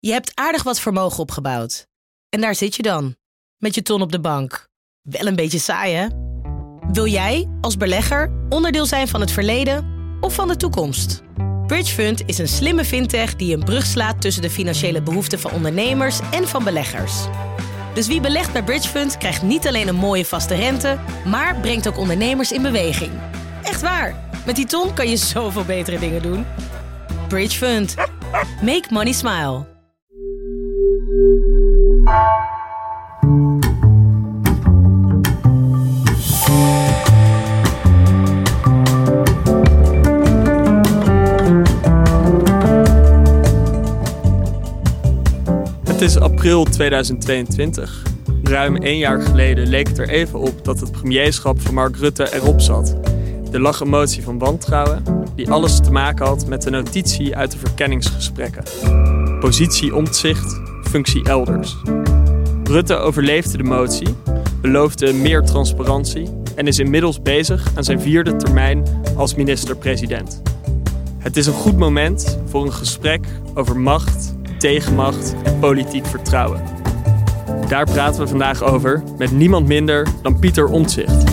Je hebt aardig wat vermogen opgebouwd. En daar zit je dan, met je ton op de bank. Wel een beetje saai, hè? Wil jij, als belegger, onderdeel zijn van het verleden of van de toekomst? Bridgefund is een slimme fintech die een brug slaat tussen de financiële behoeften van ondernemers en van beleggers. Dus wie belegt bij Bridgefund krijgt niet alleen een mooie vaste rente, maar brengt ook ondernemers in beweging. Echt waar, met die ton kan je zoveel betere dingen doen. Bridgefund. Make money smile. Het is april 2022. Ruim 1 jaar geleden leek het er even op dat het premierschap van Mark Rutte erop zat. Er lag een motie van wantrouwen die alles te maken had met de notitie uit de verkenningsgesprekken. Positie Omtzigt, functie elders. Rutte overleefde de motie, beloofde meer transparantie en is inmiddels bezig aan zijn 4e termijn als minister-president. Het is een goed moment voor een gesprek over macht, tegenmacht en politiek vertrouwen. Daar praten we vandaag over met niemand minder dan Pieter Omtzigt.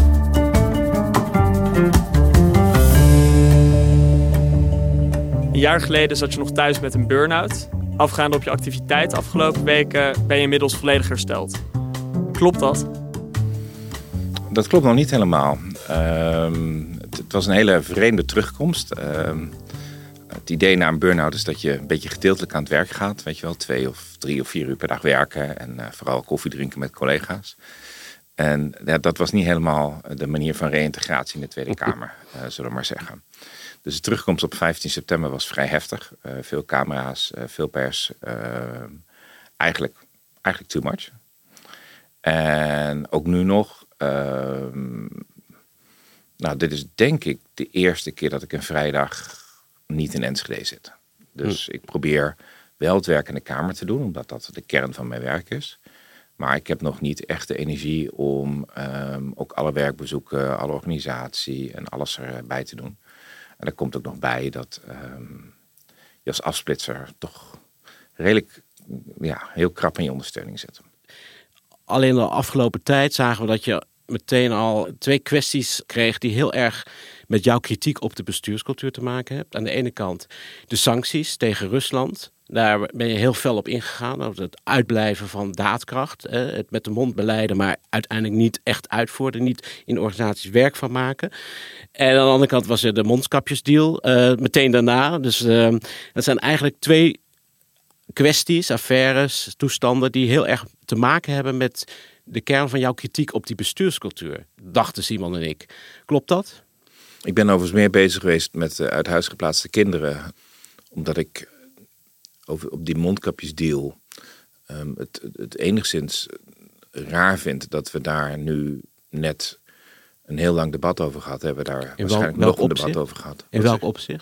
Een jaar geleden zat je nog thuis met een burn-out. Afgaande op je activiteit afgelopen weken ben je inmiddels volledig hersteld. Klopt dat? Dat klopt nog niet helemaal. Het was een hele vreemde terugkomst. Het idee na een burn-out is dat je een beetje gedeeltelijk aan het werk gaat. Weet je wel, 2 of 3 of 4 uur per dag werken en vooral koffie drinken met collega's. En dat was niet helemaal de manier van reïntegratie in de Tweede Kamer, zullen we maar zeggen. Dus de terugkomst op 15 september was vrij heftig. Veel camera's, veel pers. Eigenlijk too much. En ook nu nog. Dit is denk ik de eerste keer dat ik een vrijdag niet in Enschede zit. Dus ik probeer wel het werk in de Kamer te doen, omdat dat de kern van mijn werk is. Maar ik heb nog niet echt de energie om ook alle werkbezoeken, alle organisatie en alles erbij te doen. En daar komt ook nog bij dat je als afsplitser toch redelijk heel krap in je ondersteuning zit. Alleen de afgelopen tijd zagen we dat je meteen al 2 kwesties kreeg die heel erg met jouw kritiek op de bestuurscultuur te maken hebt. Aan de ene kant de sancties tegen Rusland. Daar ben je heel fel op ingegaan. Over het uitblijven van daadkracht. Het met de mond beleiden, maar uiteindelijk niet echt uitvoeren. Niet in organisaties werk van maken. En aan de andere kant was er de mondkapjesdeal. Meteen daarna. Dus dat zijn eigenlijk 2 kwesties, affaires, toestanden die heel erg te maken hebben met de kern van jouw kritiek op die bestuurscultuur. Dachten Simon en ik. Klopt dat? Ik ben overigens meer bezig geweest met uit huis geplaatste kinderen. Omdat ik op die mondkapjesdeal het enigszins raar vind dat we daar nu net een heel lang debat over gehad hebben. Daar waarschijnlijk nog een debat over gehad. In welk opzicht?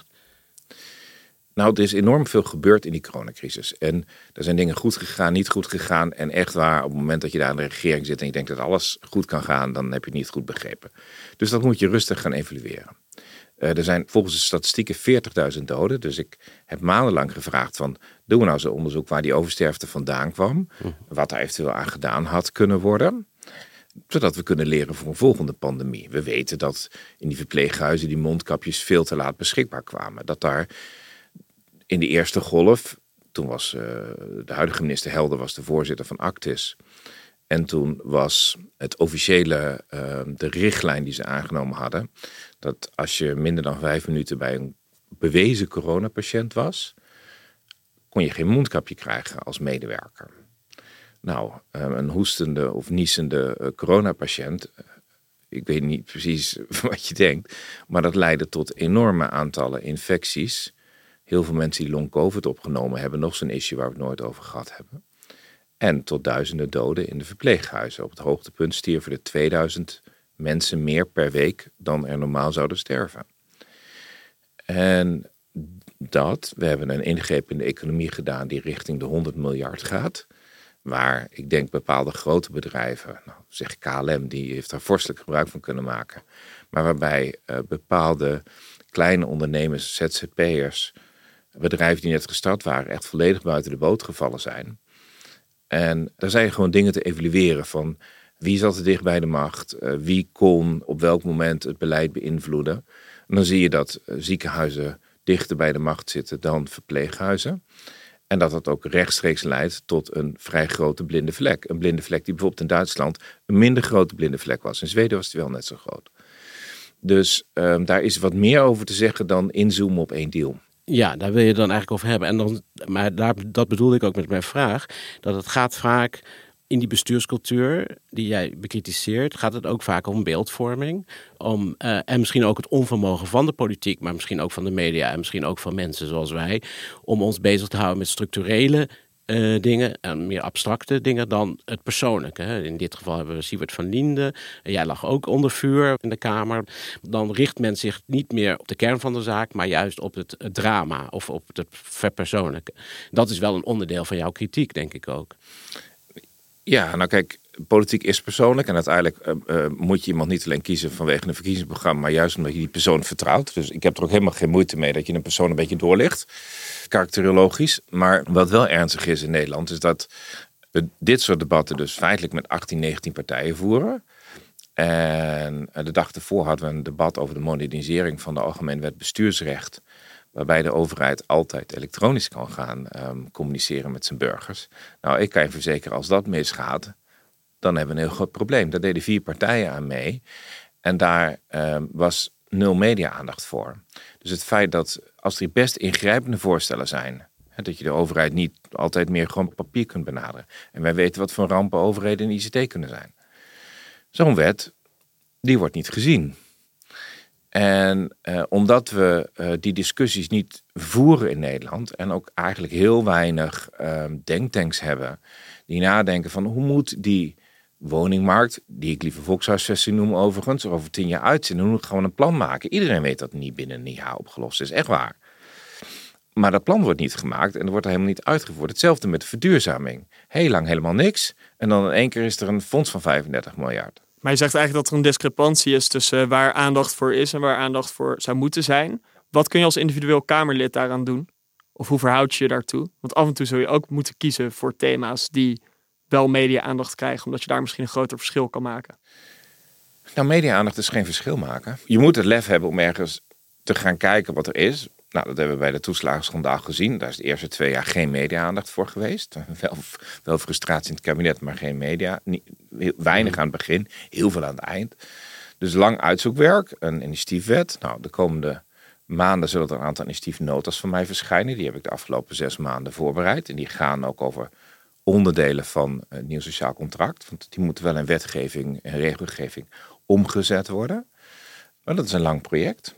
Nou, er is enorm veel gebeurd in die coronacrisis. En er zijn dingen goed gegaan, niet goed gegaan. En echt waar, op het moment dat je daar aan de regering zit en je denkt dat alles goed kan gaan, dan heb je het niet goed begrepen. Dus dat moet je rustig gaan evalueren. Er zijn volgens de statistieken 40.000 doden. Dus ik heb maandenlang gevraagd van, doen we nou zo'n onderzoek waar die oversterfte vandaan kwam? Wat er eventueel aan gedaan had kunnen worden? Zodat we kunnen leren voor een volgende pandemie. We weten dat in die verpleeghuizen die mondkapjes veel te laat beschikbaar kwamen. Dat daar in de eerste golf, toen was de huidige minister Helder was de voorzitter van Actis. En toen was het officiële, de richtlijn die ze aangenomen hadden, dat als je minder dan 5 minuten bij een bewezen coronapatiënt was, kon je geen mondkapje krijgen als medewerker. Nou, een hoestende of niezende coronapatiënt, ik weet niet precies wat je denkt, maar dat leidde tot enorme aantallen infecties. Heel veel mensen die long-covid opgenomen hebben, nog zo'n issue waar we het nooit over gehad hebben. En tot duizenden doden in de verpleeghuizen. Op het hoogtepunt stierven er 2000 mensen meer per week dan er normaal zouden sterven. En we hebben een ingreep in de economie gedaan die richting de 100 miljard gaat. Waar ik denk bepaalde grote bedrijven, zeg KLM, die heeft daar vorstelijk gebruik van kunnen maken. Maar waarbij bepaalde kleine ondernemers, ZZP'ers, bedrijven die net gestart waren echt volledig buiten de boot gevallen zijn. En daar zijn gewoon dingen te evalueren van wie zat er dicht bij de macht, wie kon op welk moment het beleid beïnvloeden. En dan zie je dat ziekenhuizen dichter bij de macht zitten dan verpleeghuizen. En dat dat ook rechtstreeks leidt tot een vrij grote blinde vlek. Een blinde vlek die bijvoorbeeld in Duitsland een minder grote blinde vlek was. In Zweden was die wel net zo groot. Dus daar is wat meer over te zeggen dan inzoomen op één deal. Ja, daar wil je dan eigenlijk over hebben. En dan, maar dat bedoelde ik ook met mijn vraag. Dat het gaat vaak in die bestuurscultuur die jij bekritiseert, gaat het ook vaak om beeldvorming. En misschien ook het onvermogen van de politiek, maar misschien ook van de media en misschien ook van mensen zoals wij, om ons bezig te houden met structurele dingen en meer abstracte dingen dan het persoonlijke. Hè. In dit geval hebben we Siewert van Liende. Jij lag ook onder vuur in de Kamer. Dan richt men zich niet meer op de kern van de zaak, maar juist op het drama of op het verpersoonlijke. Dat is wel een onderdeel van jouw kritiek, denk ik ook. Ja, nou kijk, politiek is persoonlijk. En uiteindelijk moet je iemand niet alleen kiezen vanwege een verkiezingsprogramma, maar juist omdat je die persoon vertrouwt. Dus ik heb er ook helemaal geen moeite mee dat je een persoon een beetje doorlicht. Karakterologisch. Maar wat wel ernstig is in Nederland, is dat we dit soort debatten dus feitelijk met 18, 19 partijen voeren. En de dag ervoor hadden we een debat over de modernisering van de Algemene Wet Bestuursrecht, waarbij de overheid altijd elektronisch kan gaan communiceren met zijn burgers. Nou, ik kan je verzekeren, als dat misgaat, dan hebben we een heel groot probleem. Daar deden 4 partijen aan mee. En daar was 0 media-aandacht voor. Dus het feit dat, als er best ingrijpende voorstellen zijn, dat je de overheid niet altijd meer gewoon op papier kunt benaderen. En wij weten wat voor rampen overheden in ICT kunnen zijn. Zo'n wet, die wordt niet gezien. En omdat we die discussies niet voeren in Nederland en ook eigenlijk heel weinig denktanks hebben die nadenken van hoe moet die woningmarkt, die ik liever volkshuisvesting noem overigens, over 10 jaar uitzien. Dan moet ik gewoon een plan maken. Iedereen weet dat het niet binnen een jaar opgelost is, echt waar. Maar dat plan wordt niet gemaakt en er wordt er helemaal niet uitgevoerd. Hetzelfde met de verduurzaming. Heel lang helemaal niks en dan in één keer is er een fonds van 35 miljard. Maar je zegt eigenlijk dat er een discrepantie is tussen waar aandacht voor is en waar aandacht voor zou moeten zijn. Wat kun je als individueel Kamerlid daaraan doen? Of hoe verhoud je je daartoe? Want af en toe zul je ook moeten kiezen voor thema's die wel media-aandacht krijgen, omdat je daar misschien een groter verschil kan maken. Nou, media-aandacht is geen verschil maken. Je moet het lef hebben om ergens te gaan kijken wat er is. Nou, dat hebben we bij de toeslagenschandaal gezien. Daar is de eerste 2 jaar geen media-aandacht voor geweest. Wel frustratie in het kabinet, maar geen media. Weinig aan het begin, heel veel aan het eind. Dus lang uitzoekwerk, een initiatiefwet. Nou, de komende maanden zullen er een aantal initiatiefnotas van mij verschijnen. Die heb ik de afgelopen 6 maanden voorbereid. En die gaan ook over onderdelen van het nieuw sociaal contract. Want die moeten wel in wetgeving en regelgeving omgezet worden. Maar dat is een lang project.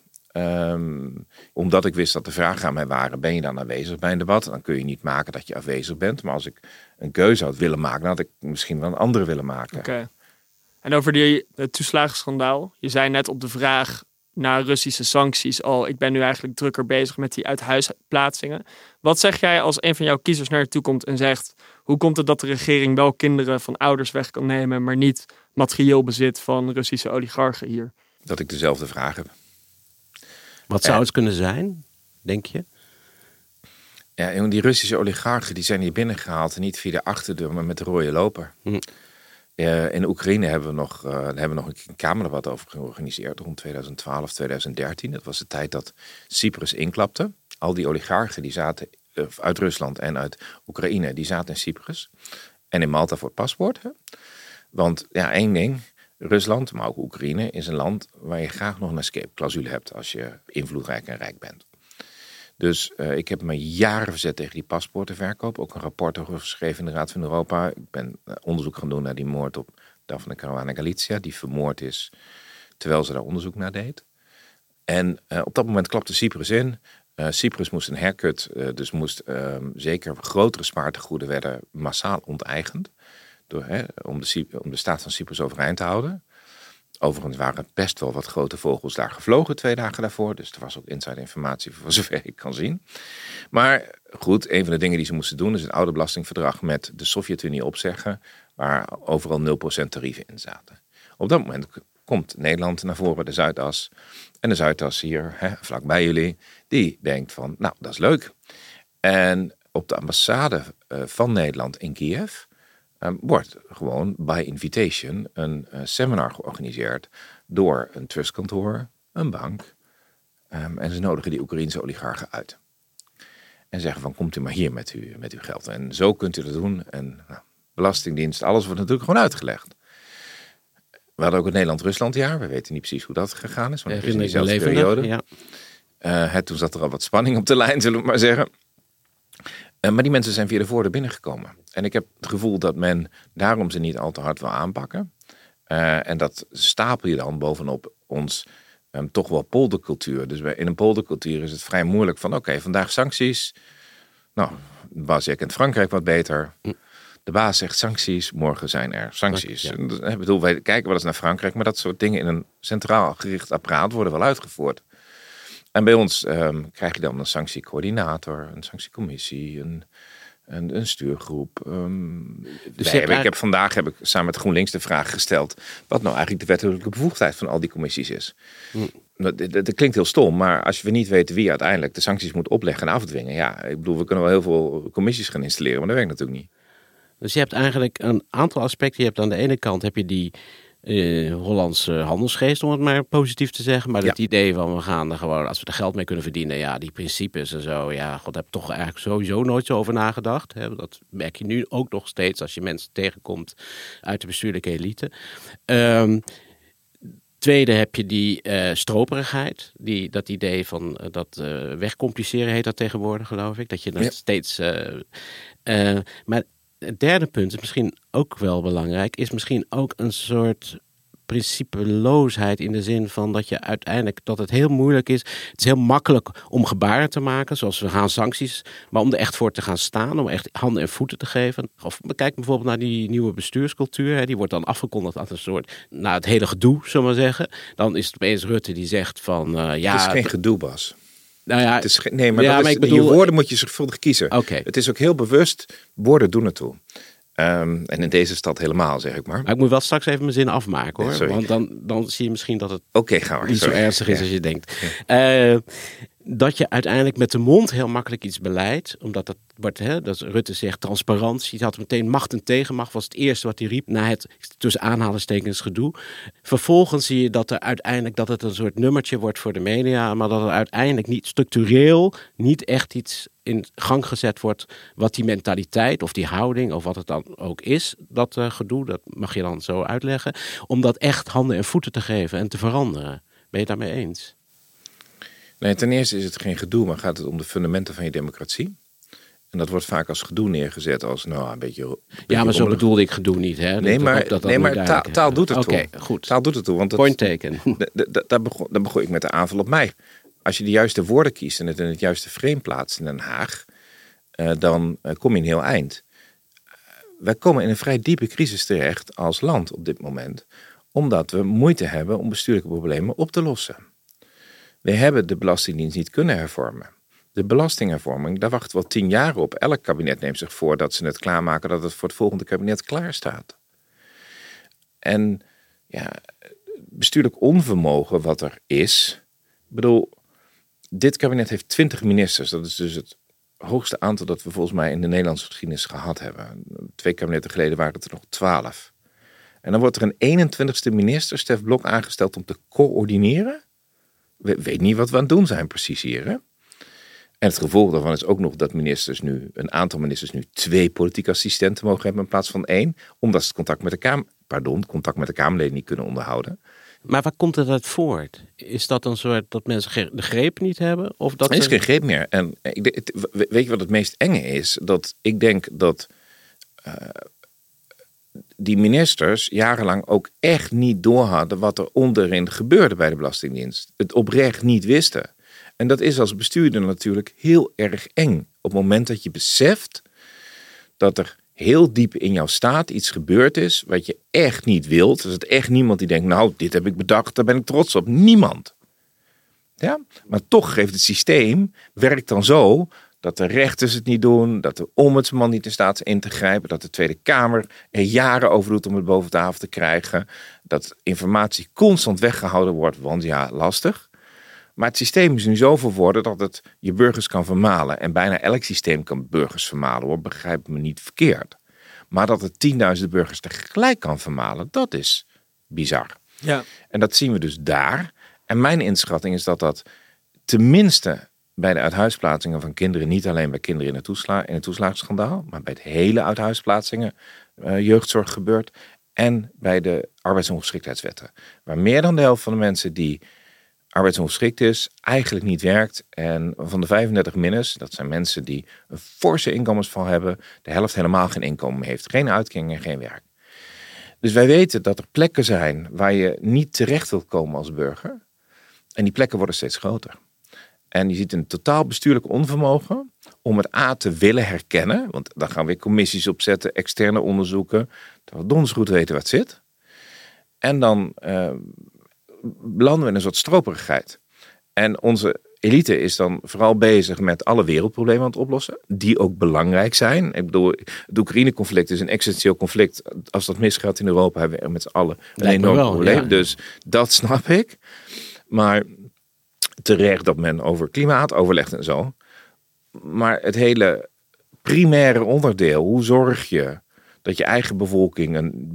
Omdat ik wist dat de vragen aan mij waren, ben je dan aanwezig bij een debat? Dan kun je niet maken dat je afwezig bent. Maar als ik een keuze had willen maken, dan had ik misschien wel een andere willen maken. Oké. En over het toeslagenschandaal. Je zei net op de vraag naar Russische sancties al, ik ben nu eigenlijk drukker bezig met die uithuisplaatsingen. Wat zeg jij als een van jouw kiezers naar je toe komt en zegt, hoe komt het dat de regering wel kinderen van ouders weg kan nemen, maar niet materieel bezit van Russische oligarchen hier? Dat ik dezelfde vraag heb. Wat zou het kunnen zijn, denk je? Ja, die Russische oligarchen die zijn hier binnengehaald en niet via de achterdeur, maar met de rode loper. In Oekraïne hebben we nog een kamerdebat over georganiseerd rond 2012, 2013. Dat was de tijd dat Cyprus inklapte. Al die oligarchen die zaten uit Rusland en uit Oekraïne, die zaten in Cyprus. En in Malta voor het paspoort. Hè? Want ja, één ding, Rusland, maar ook Oekraïne, is een land waar je graag nog een escape-clausule hebt als je invloedrijk en rijk bent. Dus ik heb me jaren verzet tegen die paspoortenverkoop. Ook een rapport over geschreven in de Raad van Europa. Ik ben onderzoek gaan doen naar die moord op Daphne Caruana Galizia, die vermoord is terwijl ze daar onderzoek naar deed. En op dat moment klapte Cyprus in. Cyprus moest een haircut, dus moest zeker grotere spaartegoeden werden massaal onteigend. Om de staat van Cyprus overeind te houden. Overigens waren best wel wat grote vogels daar gevlogen 2 dagen daarvoor. Dus er was ook inside informatie voor zover ik kan zien. Maar goed, een van de dingen die ze moesten doen is het oude belastingverdrag met de Sovjet-Unie opzeggen, waar overal 0% tarieven in zaten. Op dat moment komt Nederland naar voren, de Zuidas. En de Zuidas hier, vlakbij jullie, die denkt van, nou, dat is leuk. En op de ambassade van Nederland in Kiev wordt gewoon by invitation een seminar georganiseerd door een trustkantoor, een bank. En ze nodigen die Oekraïense oligarchen uit. En zeggen van, komt u maar hier met uw geld. En zo kunt u dat doen. En Belastingdienst, alles wordt natuurlijk gewoon uitgelegd. We hadden ook het Nederland-Ruslandjaar. We weten niet precies hoe dat gegaan is. Want het is in diezelfde periode. Ja. Toen zat er al wat spanning op de lijn, zullen we maar zeggen. Maar die mensen zijn via de voordeur binnengekomen. En ik heb het gevoel dat men daarom ze niet al te hard wil aanpakken. En dat stapel je dan bovenop ons toch wel poldercultuur. Dus in een poldercultuur is het vrij moeilijk van oké, vandaag sancties. Nou, de baas zegt in Frankrijk wat beter. De baas zegt sancties, morgen zijn er sancties. Ja. Ik bedoel, wij kijken wel eens naar Frankrijk, maar dat soort dingen in een centraal gericht apparaat worden wel uitgevoerd. En bij ons krijg je dan een sanctiecoördinator, een sanctiecommissie, een stuurgroep. Vandaag heb ik samen met GroenLinks de vraag gesteld wat nou eigenlijk de wettelijke bevoegdheid van al die commissies is. Dat klinkt heel stom, maar als we niet weten wie uiteindelijk de sancties moet opleggen en afdwingen. Ja, ik bedoel, we kunnen wel heel veel commissies gaan installeren, maar dat werkt natuurlijk niet. Dus je hebt eigenlijk een aantal aspecten. Je hebt aan de ene kant heb je die Hollandse handelsgeest, om het maar positief te zeggen. Maar het idee van we gaan er gewoon, als we er geld mee kunnen verdienen, ja, die principes en zo. Ja, god, daar heb ik toch eigenlijk sowieso nooit zo over nagedacht. Hè. Dat merk je nu ook nog steeds als je mensen tegenkomt uit de bestuurlijke elite. Tweede heb je die stroperigheid. Dat idee van dat wegcompliceren heet dat tegenwoordig, geloof ik. Dat je dan steeds... maar het derde punt is misschien ook wel belangrijk, is misschien ook een soort principeloosheid in de zin van dat je uiteindelijk, dat het heel moeilijk is. Het is heel makkelijk om gebaren te maken, zoals we gaan sancties, maar om er echt voor te gaan staan, om echt handen en voeten te geven. Of kijk bijvoorbeeld naar die nieuwe bestuurscultuur, hè, die wordt dan afgekondigd als een soort, het hele gedoe, zullen we maar zeggen. Dan is het opeens Rutte die zegt van, Het is geen gedoe, Bas. Nou ja, het is je woorden moet je zorgvuldig kiezen. Okay. Het is ook heel bewust, woorden doen ertoe. En in deze stad helemaal, zeg ik maar. Maar ik moet wel straks even mijn zin afmaken, hoor. Want dan zie je misschien dat het niet zo ernstig is als je denkt. Ja. Dat je uiteindelijk met de mond heel makkelijk iets beleidt. Omdat dat wordt, dat Rutte zegt, transparantie. Hij had meteen macht en tegenmacht, was het eerste wat hij riep. Na het, tussen aanhalingstekens, gedoe. Vervolgens zie je dat er uiteindelijk, dat het een soort nummertje wordt voor de media. Maar dat er uiteindelijk niet structureel, niet echt iets in gang gezet wordt wat die mentaliteit of die houding of wat het dan ook is, dat gedoe, dat mag je dan zo uitleggen, om dat echt handen en voeten te geven en te veranderen. Ben je het daarmee eens? Nee, ten eerste is het geen gedoe, maar gaat het om de fundamenten van je democratie. En dat wordt vaak als gedoe neergezet, als een beetje ja, maar zo bedoelde ik gedoe niet. Hè? Taal doet het toe. Oké, goed. Taal doet het toe. Want point taken. Daar begon ik met de aanval op mij. Als je de juiste woorden kiest en het in het juiste frame plaatst in Den Haag, dan kom je een heel eind. Wij komen in een vrij diepe crisis terecht als land op dit moment, omdat we moeite hebben om bestuurlijke problemen op te lossen. We hebben de Belastingdienst niet kunnen hervormen. De belastinghervorming, daar wachten we al 10 jaar op. Elk kabinet neemt zich voor dat ze het klaarmaken, dat het voor het volgende kabinet klaar staat. En ja, bestuurlijk onvermogen wat er is. Ik bedoel, dit kabinet heeft 20 ministers. Dat is dus het hoogste aantal dat we volgens mij in de Nederlandse geschiedenis gehad hebben. 2 kabinetten geleden waren het er nog 12. En dan wordt er een 21ste minister, Stef Blok, aangesteld om te coördineren. We weten niet wat we aan het doen zijn precies hier. Hè? En het gevolg daarvan is ook nog dat een aantal ministers nu 2 politieke assistenten mogen hebben in plaats van 1. Omdat ze contact met de Kamerleden niet kunnen onderhouden. Maar waar komt het uit voort? Is dat een soort dat mensen de greep niet hebben? Of dat er is geen greep meer. En weet je wat het meest enge is? Dat ik denk dat die ministers jarenlang ook echt niet doorhadden wat er onderin gebeurde bij de Belastingdienst. Het oprecht niet wisten. En dat is als bestuurder natuurlijk heel erg eng. Op het moment dat je beseft dat er heel diep in jouw staat iets gebeurd is wat je echt niet wilt. Er is echt niemand die denkt, nou, dit heb ik bedacht, daar ben ik trots op. Niemand. Ja? Maar toch geeft het systeem, werkt dan zo dat de rechters het niet doen, dat de ombudsman niet in staat is in te grijpen, dat de Tweede Kamer er jaren over doet om het boven tafel te krijgen, dat informatie constant weggehouden wordt, want ja, lastig. Maar het systeem is nu zo verworden dat het je burgers kan vermalen. En bijna elk systeem kan burgers vermalen, hoor, begrijp me niet verkeerd. Maar dat het 10.000 burgers tegelijk kan vermalen, dat is bizar. Ja. En dat zien we dus daar. En mijn inschatting is dat tenminste bij de uithuisplaatsingen van kinderen, niet alleen bij kinderen in het toeslagenschandaal, maar bij het hele uithuisplaatsingen jeugdzorg gebeurt. En bij de arbeidsongeschiktheidswetten. Waar meer dan de helft van de mensen die arbeidsongeschikt is, eigenlijk niet werkt. En van de 35 minners, dat zijn mensen die een forse inkomensval hebben, de helft helemaal geen inkomen heeft. Geen uitkering en geen werk. Dus wij weten dat er plekken zijn waar je niet terecht wilt komen als burger. En die plekken worden steeds groter. En je ziet een totaal bestuurlijk onvermogen om het te willen herkennen. Want dan gaan we weer commissies opzetten, externe onderzoeken. Dat we donders goed weten wat zit. En dan landen we in een soort stroperigheid. En onze elite is dan vooral bezig met alle wereldproblemen aan het oplossen. Die ook belangrijk zijn. Ik bedoel, het Oekraïne-conflict is een essentieel conflict. Als dat misgaat in Europa hebben we met z'n allen een enorm probleem. Ja. Dus dat snap ik. Maar terecht dat men over klimaat overlegt en zo. Maar het hele primaire onderdeel, hoe zorg je dat je eigen bevolking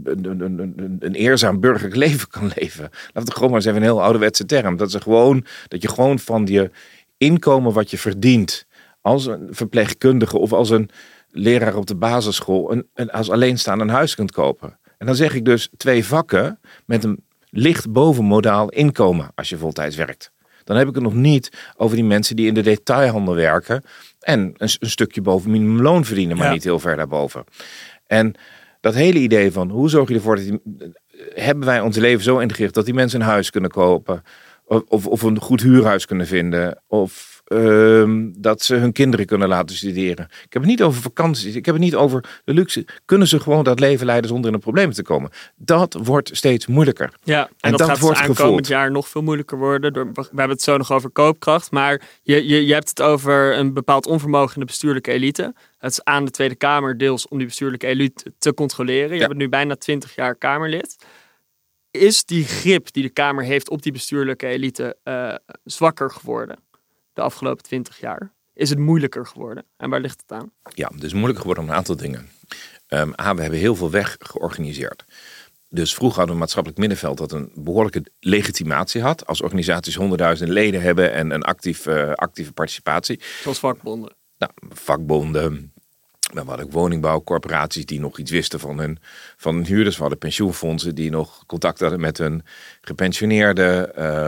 een eerzaam burgerlijk leven kan leven. Laten we gewoon maar eens even een heel ouderwetse term. Dat je gewoon van je inkomen wat je verdient als een verpleegkundige of als een leraar op de basisschool als alleenstaande een huis kunt kopen. En dan zeg ik dus 2 vakken met een licht bovenmodaal inkomen als je voltijds werkt. Dan heb ik het nog niet over die mensen die in de detailhandel werken en een stukje boven minimumloon verdienen, maar niet heel ver daarboven. En dat hele idee van hoe zorg je ervoor hebben wij ons leven zo ingericht dat die mensen een huis kunnen kopen of een goed huurhuis kunnen vinden of dat ze hun kinderen kunnen laten studeren. Ik heb het niet over vakanties, ik heb het niet over de luxe. Kunnen ze gewoon dat leven leiden zonder in de problemen te komen? Dat wordt steeds moeilijker. Ja, en dat gaat wordt aankomend jaar nog veel moeilijker worden. We hebben het zo nog over koopkracht, maar je hebt het over een bepaald onvermogen in de bestuurlijke elite. Het is aan de Tweede Kamer deels om die bestuurlijke elite te controleren. Je bent nu bijna 20 jaar Kamerlid. Is die grip die de Kamer heeft op die bestuurlijke elite zwakker geworden de afgelopen 20 jaar? Is het moeilijker geworden? En waar ligt het aan? Ja, het is moeilijker geworden om een aantal dingen. We hebben heel veel weg georganiseerd. Dus vroeger hadden we een maatschappelijk middenveld dat een behoorlijke legitimatie had. Als organisaties 100.000 leden hebben en een actieve participatie. Zoals vakbonden. Nou, vakbonden. We hadden ook woningbouwcorporaties die nog iets wisten van hun huurders. We hadden pensioenfondsen die nog contact hadden met hun gepensioneerden.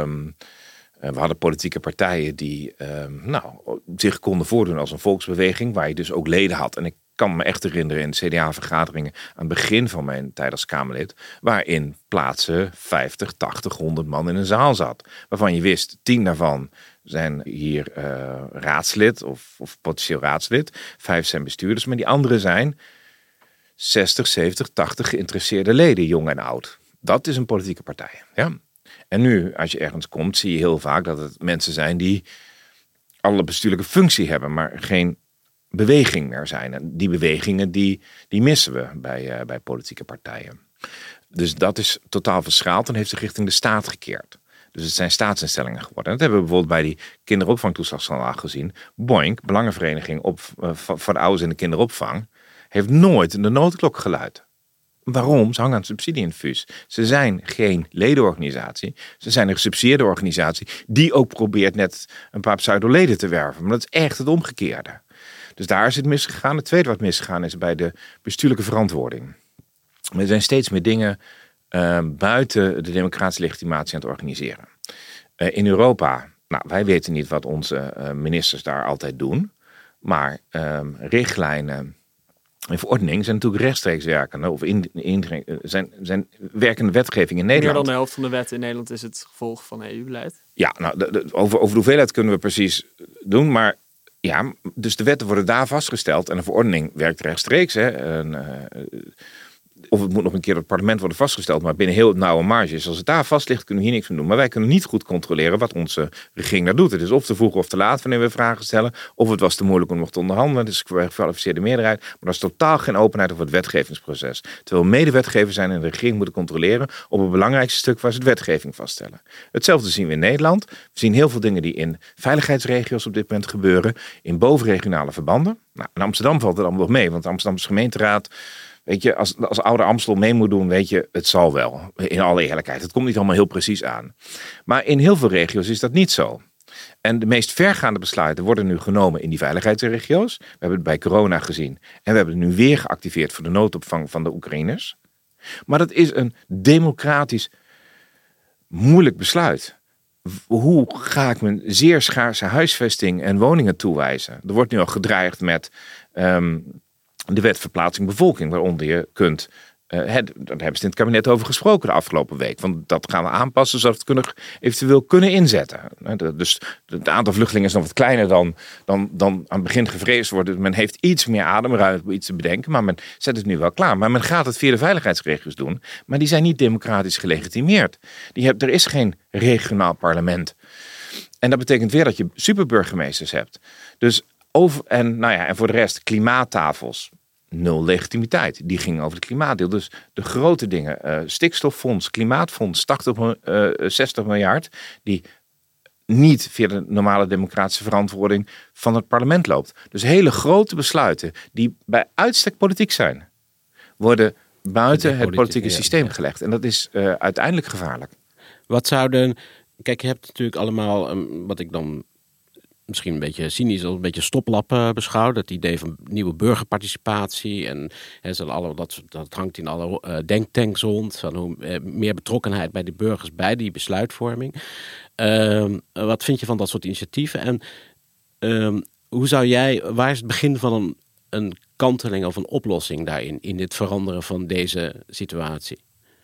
We hadden politieke partijen die zich konden voordoen als een volksbeweging. Waar je dus ook leden had. En ik kan me echt herinneren in CDA-vergaderingen aan het begin van mijn tijd als Kamerlid. Waarin plaatsen 50, 80, 100 man in een zaal zat. Waarvan je wist, 10 daarvan zijn hier raadslid of potentieel raadslid. 5 zijn bestuurders, maar die andere zijn 60, 70, 80 geïnteresseerde leden, jong en oud. Dat is een politieke partij. Ja. En nu, als je ergens komt, zie je heel vaak dat het mensen zijn die alle bestuurlijke functie hebben, maar geen beweging meer zijn. En die bewegingen die missen we bij politieke partijen. Dus dat is totaal verschaald en heeft zich richting de staat gekeerd. Dus het zijn staatsinstellingen geworden. En dat hebben we bijvoorbeeld bij die kinderopvangtoeslagsschandaal gezien. Boink, Belangenvereniging voor de ouders in de kinderopvang, heeft nooit de noodklok geluid. Waarom? Ze hangen aan subsidieinfuus. Ze zijn geen ledenorganisatie. Ze zijn een gesubsidieerde organisatie die ook probeert net een paar pseudoleden te werven. Maar dat is echt het omgekeerde. Dus daar is het misgegaan. Het tweede wat misgegaan is bij de bestuurlijke verantwoording. Er zijn steeds meer dingen buiten de democratische legitimatie aan het organiseren. In Europa, wij weten niet wat onze ministers daar altijd doen. Maar richtlijnen en verordeningen zijn natuurlijk rechtstreeks werkende of zijn werkende wetgeving in Nederland. Meer dan de helft van de wetten in Nederland is het gevolg van EU-beleid. Ja, over de hoeveelheid kunnen we precies doen, maar ja, dus de wetten worden daar vastgesteld en een verordening werkt rechtstreeks. Hè. Of het moet nog een keer door het parlement worden vastgesteld, maar binnen heel nauwe marges. Als het daar vast ligt, kunnen we hier niks mee doen. Maar wij kunnen niet goed controleren wat onze regering daar doet. Het is of te vroeg of te laat wanneer we vragen stellen. Of het was te moeilijk om nog te onderhandelen. Het is een gekwalificeerde meerderheid. Maar er is totaal geen openheid over het wetgevingsproces. Terwijl we medewetgevers zijn en de regering moeten controleren op het belangrijkste stuk waar ze het wetgeving vaststellen. Hetzelfde zien we in Nederland. We zien heel veel dingen die in veiligheidsregio's op dit moment gebeuren. In bovenregionale verbanden. Nou, in Amsterdam valt het allemaal nog mee. Want de Amsterdamse gemeenteraad... Weet je, als Ouder Amstel mee moet doen, weet je, het zal wel. In alle eerlijkheid. Het komt niet allemaal heel precies aan. Maar in heel veel regio's is dat niet zo. En de meest vergaande besluiten worden nu genomen in die veiligheidsregio's. We hebben het bij corona gezien. En we hebben het nu weer geactiveerd voor de noodopvang van de Oekraïners. Maar dat is een democratisch moeilijk besluit. Hoe ga ik mijn zeer schaarse huisvesting en woningen toewijzen? Er wordt nu al gedreigd met de wet verplaatsing bevolking, waaronder je kunt... daar hebben ze in het kabinet over gesproken de afgelopen week. Want dat gaan we aanpassen zodat we het eventueel kunnen inzetten. Dus het aantal vluchtelingen is nog wat kleiner dan aan het begin gevreesd wordt. Men heeft iets meer ademruimte om iets te bedenken. Maar men zet het nu wel klaar. Maar men gaat het via de veiligheidsregio's doen. Maar die zijn niet democratisch gelegitimeerd. Er is geen regionaal parlement. En dat betekent weer dat je superburgemeesters hebt. Dus en voor de rest klimaattafels. 0 legitimiteit. Die ging over het klimaatdeel. Dus de grote dingen, stikstoffonds, klimaatfonds, 60 miljard, die niet via de normale democratische verantwoording van het parlement loopt. Dus hele grote besluiten die bij uitstek politiek zijn, worden buiten het politieke systeem gelegd. En dat is uiteindelijk gevaarlijk. Kijk, je hebt natuurlijk allemaal, wat ik dan misschien een beetje cynisch als een beetje stoplap beschouwd. Het idee van nieuwe burgerparticipatie. En dat hangt in alle denktanks rond. Van hoe meer betrokkenheid bij de burgers bij die besluitvorming. Wat vind je van dat soort initiatieven? En waar is het begin van een kanteling of een oplossing daarin? In dit veranderen van deze situatie?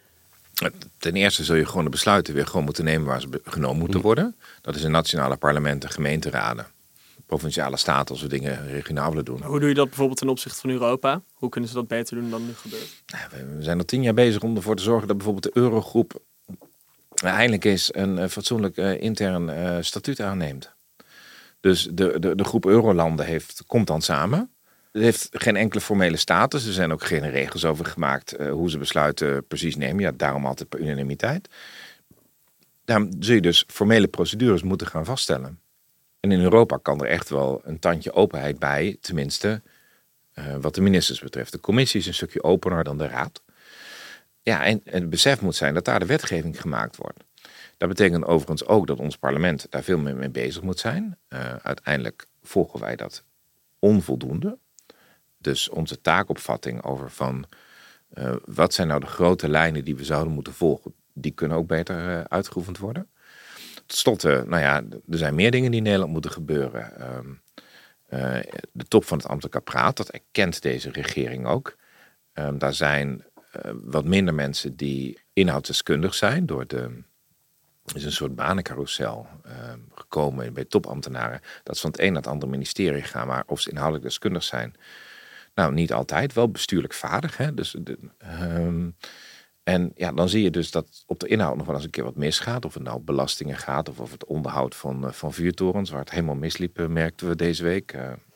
Ten eerste zul je gewoon de besluiten weer gewoon moeten nemen waar ze genomen moeten worden. Dat is in nationale parlementen, gemeenteraden, provinciale staten als we dingen regionaal willen doen. Hoe doe je dat bijvoorbeeld ten opzichte van Europa? Hoe kunnen ze dat beter doen dan nu gebeurt? We zijn al 10 jaar bezig om ervoor te zorgen dat bijvoorbeeld de Eurogroep eindelijk eens een fatsoenlijk intern statuut aanneemt. Dus de groep Eurolanden komt dan samen. Het heeft geen enkele formele status. Er zijn ook geen regels over gemaakt hoe ze besluiten precies nemen. Ja, daarom altijd per unanimiteit. Daarom zul je dus formele procedures moeten gaan vaststellen. En in Europa kan er echt wel een tandje openheid bij, tenminste wat de ministers betreft. De commissie is een stukje opener dan de raad. Ja, en het besef moet zijn dat daar de wetgeving gemaakt wordt. Dat betekent overigens ook dat ons parlement daar veel meer mee bezig moet zijn. Uiteindelijk volgen wij dat onvoldoende. Dus onze taakopvatting over van wat zijn nou de grote lijnen die we zouden moeten volgen, die kunnen ook beter uitgeoefend worden. Tot slot, er zijn meer dingen die in Nederland moeten gebeuren. De top van het ambtelijk apparaat, dat erkent deze regering ook. Daar zijn wat minder mensen die inhoudsdeskundig zijn. Er is een soort banencarousel gekomen bij topambtenaren. Dat ze van het een naar het andere ministerie gaan, maar of ze inhoudelijk deskundig zijn. Nou, niet altijd, wel bestuurlijk vaardig. Hè? En dan zie je dus dat op de inhoud nog wel eens een keer wat misgaat. Of het nou belastingen gaat of over het onderhoud van vuurtorens. Waar het helemaal misliep, merkten we deze week.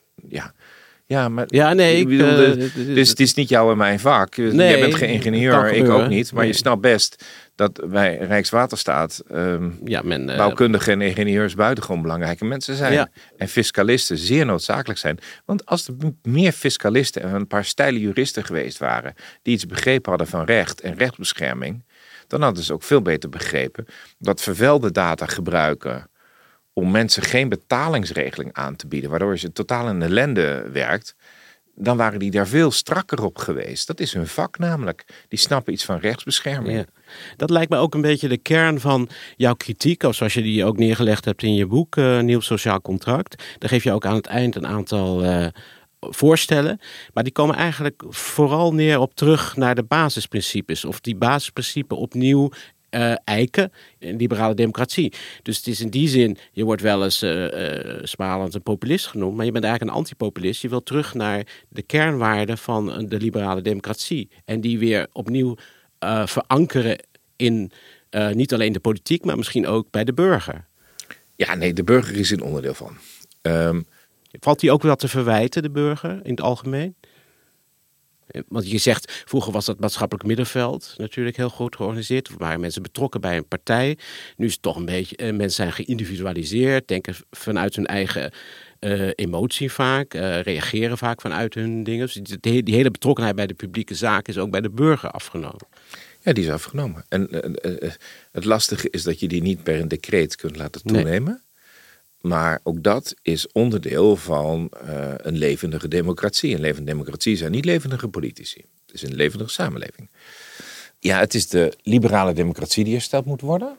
Dus het is niet jouw en mijn vak. Nee, jij bent geen ingenieur, ik ook niet. Maar je snapt best dat bij Rijkswaterstaat bouwkundigen en ingenieurs buitengewoon belangrijke mensen zijn. Ja. En fiscalisten zeer noodzakelijk zijn. Want als er meer fiscalisten en een paar steile juristen geweest waren die iets begrepen hadden van recht en rechtsbescherming, dan hadden ze ook veel beter begrepen dat vervuilde data gebruiken om mensen geen betalingsregeling aan te bieden, waardoor je totaal in ellende werkt, dan waren die daar veel strakker op geweest. Dat is hun vak namelijk. Die snappen iets van rechtsbescherming. Ja. Dat lijkt me ook een beetje de kern van jouw kritiek, of zoals je die ook neergelegd hebt in je boek, Nieuw Sociaal Contract. Daar geef je ook aan het eind een aantal voorstellen. Maar die komen eigenlijk vooral neer op terug naar de basisprincipes. Of die basisprincipes opnieuw eiken in liberale democratie. Dus het is in die zin, je wordt wel eens smalend een populist genoemd, maar je bent eigenlijk een antipopulist. Je wilt terug naar de kernwaarden van de liberale democratie. En die weer opnieuw verankeren in niet alleen de politiek, maar misschien ook bij de burger. Ja, nee, de burger is een onderdeel van. Valt die ook wel te verwijten, de burger, in het algemeen? Want je zegt, vroeger was dat maatschappelijk middenveld natuurlijk heel goed georganiseerd. Er waren mensen betrokken bij een partij. Nu is het toch een beetje, mensen zijn geïndividualiseerd, denken vanuit hun eigen emotie vaak, reageren vaak vanuit hun dingen. Dus die hele betrokkenheid bij de publieke zaak is ook bij de burger afgenomen. Ja, die is afgenomen. En het lastige is dat je die niet per een decreet kunt laten toenemen. Nee. Maar ook dat is onderdeel van een levendige democratie. Een levende democratie zijn niet levendige politici. Het is een levendige samenleving. Ja, het is de liberale democratie die hersteld moet worden.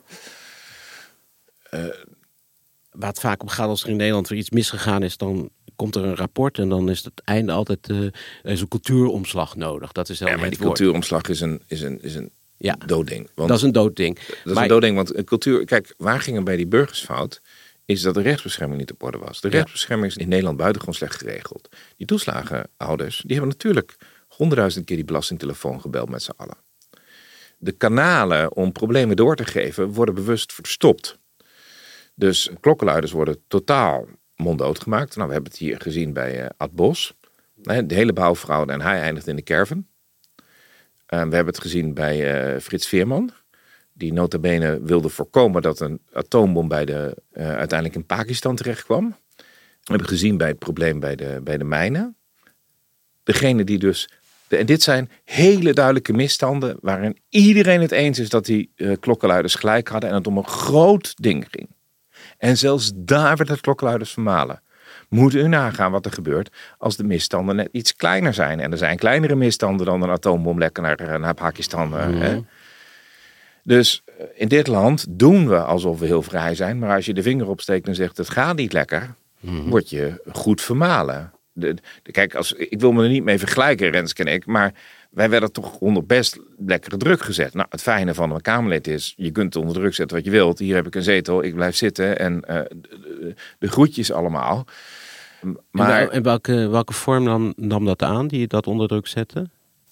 Waar het vaak om gaat als er in Nederland weer iets misgegaan is, dan komt er een rapport en dan is het einde altijd is een cultuuromslag nodig. Dat is maar die cultuuromslag is een doodding. Dat is een doodding. Dat is een doodding, want cultuur. Kijk, waar ging er bij die burgers fout? Is dat de rechtsbescherming niet op orde was. De rechtsbescherming is in Nederland buitengewoon slecht geregeld. Die toeslagenhouders, die hebben natuurlijk 100.000 keer die belastingtelefoon gebeld met z'n allen. De kanalen om problemen door te geven worden bewust verstopt. Dus klokkenluiders worden totaal monddood gemaakt. Nou, we hebben het hier gezien bij Ad Bos. De hele bouwfraude en hij eindigt in de caravan. We hebben het gezien bij Frits Veerman. Die nota bene wilde voorkomen dat een atoombom uiteindelijk in Pakistan terecht kwam. We hebben gezien bij het probleem bij de mijnen. Degene die dus. En dit zijn hele duidelijke misstanden waarin iedereen het eens is dat die klokkenluiders gelijk hadden en het om een groot ding ging. En zelfs daar werd het klokkenluiders vermalen. Moet u nagaan wat er gebeurt als de misstanden net iets kleiner zijn. En er zijn kleinere misstanden dan een atoombom lekken naar Pakistan. Hè? Dus in dit land doen we alsof we heel vrij zijn. Maar als je de vinger opsteekt en zegt het gaat niet lekker, word je goed vermalen. Kijk, ik wil me er niet mee vergelijken, Renske en ik. Maar wij werden toch onder best lekkere druk gezet. Nou, het fijne van een Kamerlid is, je kunt onder druk zetten wat je wilt. Hier heb ik een zetel, ik blijf zitten en de groetjes allemaal. Maar, en welke vorm nam dat aan, die je dat onder druk zette?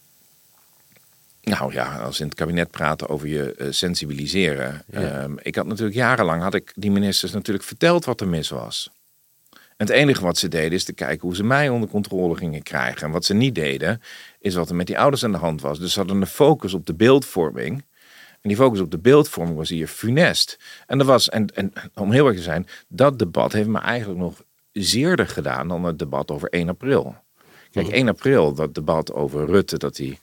Nou ja, als in het kabinet praten over je sensibiliseren. Ja. Ik had natuurlijk jarenlang, die ministers natuurlijk verteld wat er mis was. En het enige wat ze deden is te kijken hoe ze mij onder controle gingen krijgen. En wat ze niet deden, is wat er met die ouders aan de hand was. Dus ze hadden een focus op de beeldvorming. En die focus op de beeldvorming was hier funest. En om heel erg te zijn, dat debat heeft me eigenlijk nog zeerder gedaan dan het debat over 1 april. Kijk, 1 april, dat debat over Rutte, dat hij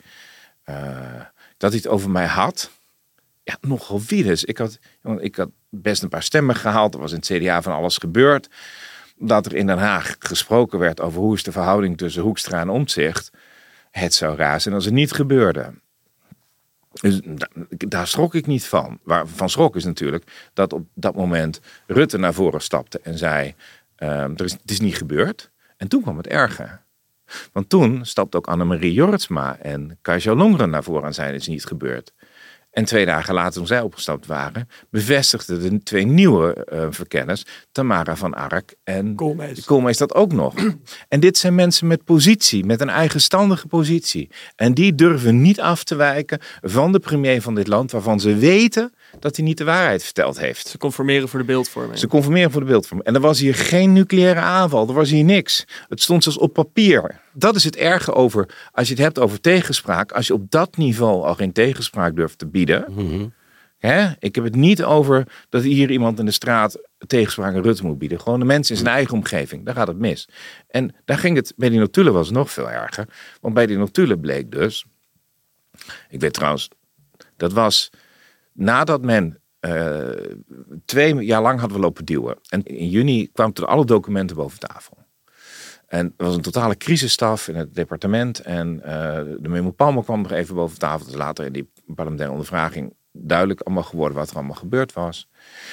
het over mij had. Ja, nogal virus. Ik had best een paar stemmen gehaald. Er was in het CDA van alles gebeurd. Dat er in Den Haag gesproken werd over hoe is de verhouding tussen Hoekstra en Omtzigt. Het zou raar zijn als het niet gebeurde. Dus daar schrok ik niet van. Waarvan schrok is natuurlijk dat op dat moment Rutte naar voren stapte en zei, het is niet gebeurd. En toen kwam het erger. Want toen stapte ook Annemarie Jorritsma en Kajsa Longren naar voren en zeiden het is niet gebeurd. En 2 dagen later, toen zij opgestapt waren, bevestigden de 2 nieuwe verkenners, Tamara van Ark en Koolmees dat ook nog. En dit zijn mensen met positie, met een eigenstandige positie. En die durven niet af te wijken van de premier van dit land, waarvan ze weten dat hij niet de waarheid verteld heeft. Ze conformeren voor de beeldvorming. En er was hier geen nucleaire aanval, er was hier niks. Het stond zelfs op papier. Dat is het erge over, als je het hebt over tegenspraak, als je op dat niveau al geen tegenspraak durft te bieden. Mm-hmm. Ik heb het niet over dat hier iemand in de straat tegenspraak aan Rutte moet bieden. Gewoon de mensen in zijn eigen omgeving, daar gaat het mis. En daar ging het, bij die notulen was het nog veel erger. Want bij die notulen bleek dus, ik weet trouwens, dat was nadat men 2 jaar lang hadden we lopen duwen. En in juni kwamen er alle documenten boven tafel. En er was een totale crisisstaf in het departement. En de memo Palmer kwam nog even boven tafel. Dus later in die parlementaire ondervraging duidelijk allemaal geworden wat er allemaal gebeurd was.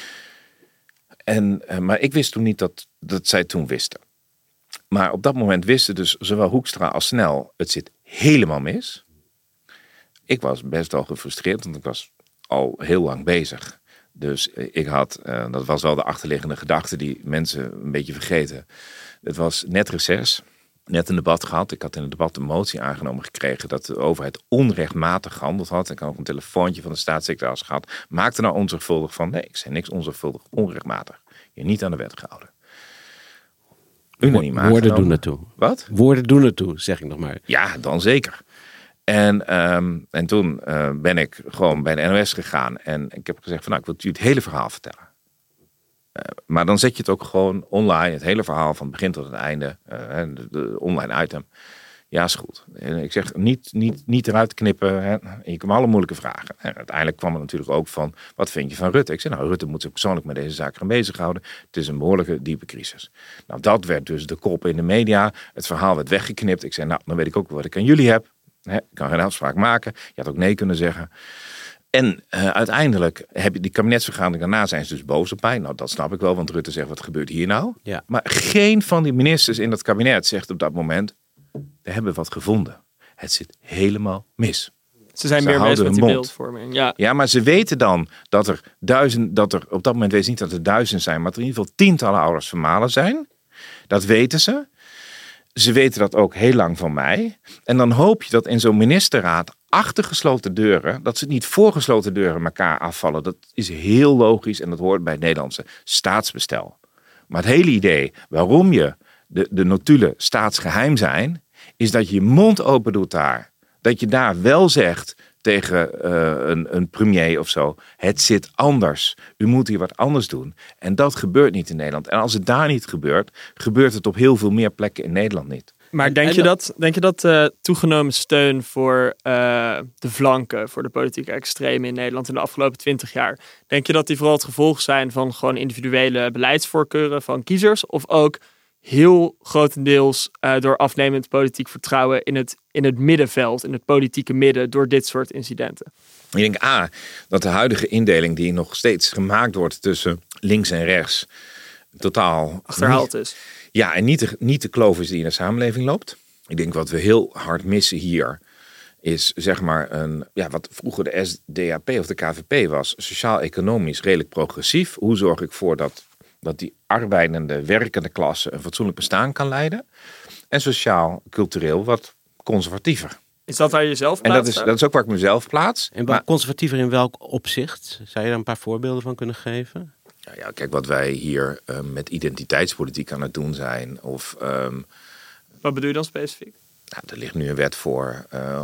Maar ik wist toen niet dat zij toen wisten. Maar op dat moment wisten dus zowel Hoekstra als Snel, het zit helemaal mis. Ik was best wel gefrustreerd, want ik was al heel lang bezig. Dus ik had, dat was wel de achterliggende gedachte die mensen een beetje vergeten. Het was net reces, net een debat gehad. Ik had in het debat een motie aangenomen gekregen dat de overheid onrechtmatig gehandeld had. Ik had ook een telefoontje van de staatssecretaris gehad. Maakte nou onzorgvuldig van, nee, ik zei niks onzorgvuldig, onrechtmatig. Je niet aan de wet gehouden. Unaniem aangenomen. Woorden doen ertoe. Wat? Woorden doen ertoe, zeg ik nog maar. Ja, dan zeker. En toen ben ik gewoon bij de NOS gegaan. En ik heb gezegd van, ik wil u het hele verhaal vertellen. Maar dan zet je het ook gewoon online. Het hele verhaal van het begin tot het einde. De online item. Ja, is goed. En ik zeg, niet eruit knippen. Hè. En je komt alle moeilijke vragen. En uiteindelijk kwam er natuurlijk ook van, wat vind je van Rutte? Ik zei, Rutte moet zich persoonlijk met deze zaak gaan bezighouden. Het is een behoorlijke diepe crisis. Nou, dat werd dus de kop in de media. Het verhaal werd weggeknipt. Ik zei, dan weet ik ook wat ik aan jullie heb. Ik kan geen afspraak maken. Je had ook nee kunnen zeggen. En uiteindelijk heb je die kabinetsvergadering daarna zijn ze dus boos op mij. Nou, dat snap ik wel, want Rutte zegt, wat gebeurt hier nou? Ja. Maar geen van die ministers in dat kabinet zegt op dat moment, we hebben wat gevonden. Het zit helemaal mis. Ze zijn meer bezig met die beeldvorming. Ja, maar ze weten dan dat er op dat moment weet ze niet dat er 1000 zijn, maar dat er in ieder geval tientallen ouders vermalen zijn. Dat weten ze. Ze weten dat ook heel lang van mij. En dan hoop je dat in zo'n ministerraad achter gesloten deuren, dat ze niet voor gesloten deuren elkaar afvallen. Dat is heel logisch en dat hoort bij het Nederlandse staatsbestel. Maar het hele idee waarom je de notulen staatsgeheim zijn, is dat je je mond open doet daar. Dat je daar wel zegt tegen een premier of zo, het zit anders. U moet hier wat anders doen. En dat gebeurt niet in Nederland. En als het daar niet gebeurt, gebeurt het op heel veel meer plekken in Nederland niet. Maar denk je dat toegenomen steun voor de flanken, voor de politieke extremen in Nederland in de afgelopen 20 jaar, denk je dat die vooral het gevolg zijn van gewoon individuele beleidsvoorkeuren van kiezers, of ook heel grotendeels door afnemend politiek vertrouwen in het middenveld, in het politieke midden, door dit soort incidenten? Ik denk dat de huidige indeling die nog steeds gemaakt wordt tussen links en rechts totaal achterhaald is. Ja, en niet de kloof is die in de samenleving loopt. Ik denk wat we heel hard missen hier is zeg maar wat vroeger de SDAP of de KVP was, sociaal-economisch redelijk progressief. Hoe zorg ik voor dat die arbeidende, werkende klasse een fatsoenlijk bestaan kan leiden? En sociaal-cultureel wat conservatiever. Is dat waar je jezelf plaatst? En dat is ook waar ik mezelf plaats. En conservatiever in welk opzicht? Zou je daar een paar voorbeelden van kunnen geven? Ja, kijk, wat wij hier met identiteitspolitiek aan het doen zijn. Wat bedoel je dan specifiek? Nou, er ligt nu een wet voor.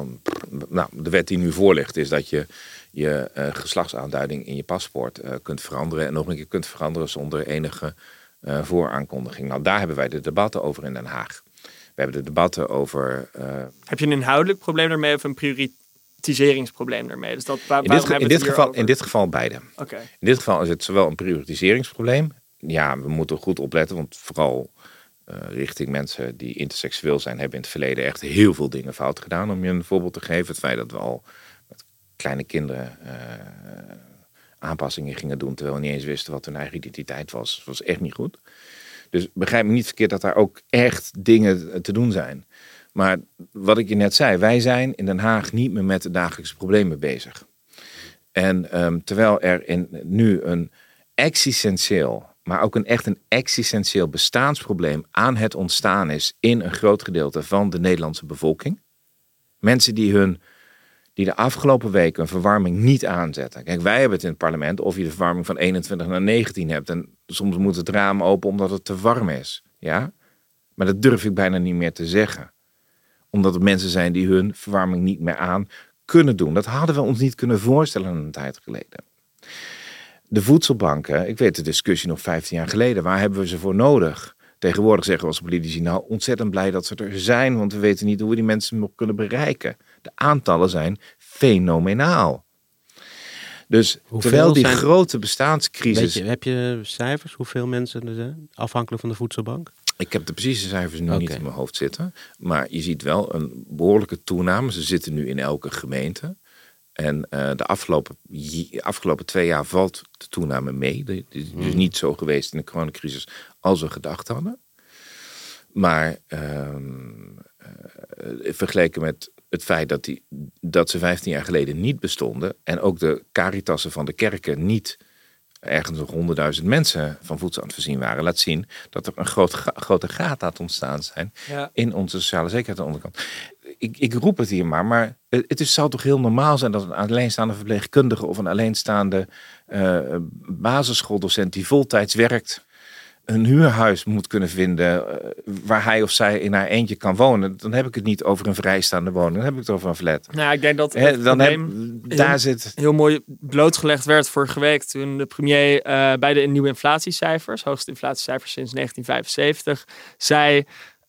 De wet die nu voor ligt is dat je geslachtsaanduiding in je paspoort kunt veranderen. En nog een keer kunt veranderen zonder enige vooraankondiging. Nou, daar hebben wij de debatten over in Den Haag. We hebben de debatten over... Heb je een inhoudelijk probleem daarmee of een prioritiseringsprobleem daarmee? Dus in dit geval beide. Okay. In dit geval is het zowel een prioritiseringsprobleem. Ja, we moeten goed opletten, want vooral richting mensen die interseksueel zijn, hebben in het verleden echt heel veel dingen fout gedaan. Om je een voorbeeld te geven, het feit dat we al met kleine kinderen aanpassingen gingen doen, terwijl we niet eens wisten wat hun eigen identiteit was echt niet goed. Dus begrijp me niet verkeerd dat daar ook echt dingen te doen zijn. Maar wat ik je net zei, wij zijn in Den Haag niet meer met de dagelijkse problemen bezig. En terwijl er nu een existentieel, maar ook een existentieel bestaansprobleem aan het ontstaan is in een groot gedeelte van de Nederlandse bevolking. Mensen die de afgelopen weken een verwarming niet aanzetten. Kijk, wij hebben het in het parlement of je de verwarming van 21 naar 19 hebt. En soms moet het raam open omdat het te warm is. Ja? Maar dat durf ik bijna niet meer te zeggen. Omdat er mensen zijn die hun verwarming niet meer aan kunnen doen. Dat hadden we ons niet kunnen voorstellen een tijd geleden. De voedselbanken, ik weet de discussie nog 15 jaar geleden. Waar hebben we ze voor nodig? Tegenwoordig zeggen we als politici, nou ontzettend blij dat ze er zijn. Want we weten niet hoe we die mensen nog kunnen bereiken. De aantallen zijn fenomenaal. Dus terwijl die grote bestaanscrisis... Heb je cijfers? Hoeveel mensen er zijn? Afhankelijk van de voedselbank? Ik heb de precieze cijfers nu niet in mijn hoofd zitten. Maar je ziet wel een behoorlijke toename. Ze zitten nu in elke gemeente. En de afgelopen 2 jaar valt de toename mee. Het is dus niet zo geweest in de coronacrisis als we gedacht hadden. Maar vergeleken met het feit dat ze 15 jaar geleden niet bestonden en ook de caritassen van de kerken niet ergens nog 100.000 mensen van voedsel aan het voorzien waren, laat zien dat er een grote gaten aan het ontstaan zijn in onze sociale zekerheid aan de onderkant. Ik roep het hier maar zou toch heel normaal zijn dat een alleenstaande verpleegkundige of een alleenstaande basisschooldocent die voltijds werkt, een huurhuis moet kunnen vinden waar hij of zij in haar eentje kan wonen. Dan heb ik het niet over een vrijstaande woning. Dan heb ik het over een flat. Nou, ik denk dat het probleem heel mooi blootgelegd werd vorige week toen de premier bij de nieuwe inflatiecijfers, hoogste inflatiecijfers sinds 1975, zei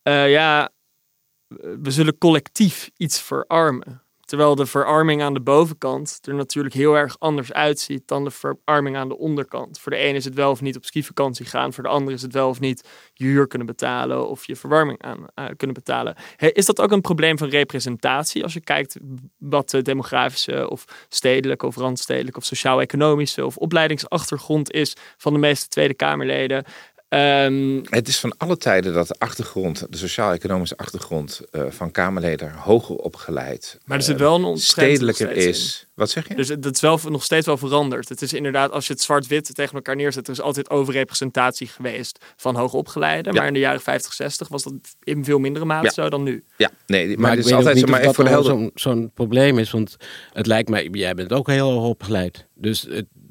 we zullen collectief iets verarmen. Terwijl de verarming aan de bovenkant er natuurlijk heel erg anders uitziet dan de verarming aan de onderkant. Voor de ene is het wel of niet op skivakantie gaan. Voor de andere is het wel of niet je huur kunnen betalen of je verwarming kunnen betalen. Is dat ook een probleem van representatie? Als je kijkt wat de demografische of stedelijke of randstedelijke of sociaal-economische of opleidingsachtergrond is van de meeste Tweede Kamerleden. Het is van alle tijden dat de sociaal-economische achtergrond van Kamerleden hoger opgeleid, maar er zit wel een stedelijker is. In. Wat zeg je? Dus dat is wel nog steeds wel veranderd. Het is inderdaad, als je het zwart-wit tegen elkaar neerzet, er is altijd overrepresentatie geweest van hoogopgeleiden. Ja. Maar in de jaren 50, 60 was dat in veel mindere mate zo dan nu. Ja, nee, maar het is altijd zo. Maar even voor de helder zo'n probleem is, want het lijkt mij, jij bent ook heel hoog opgeleid. Dus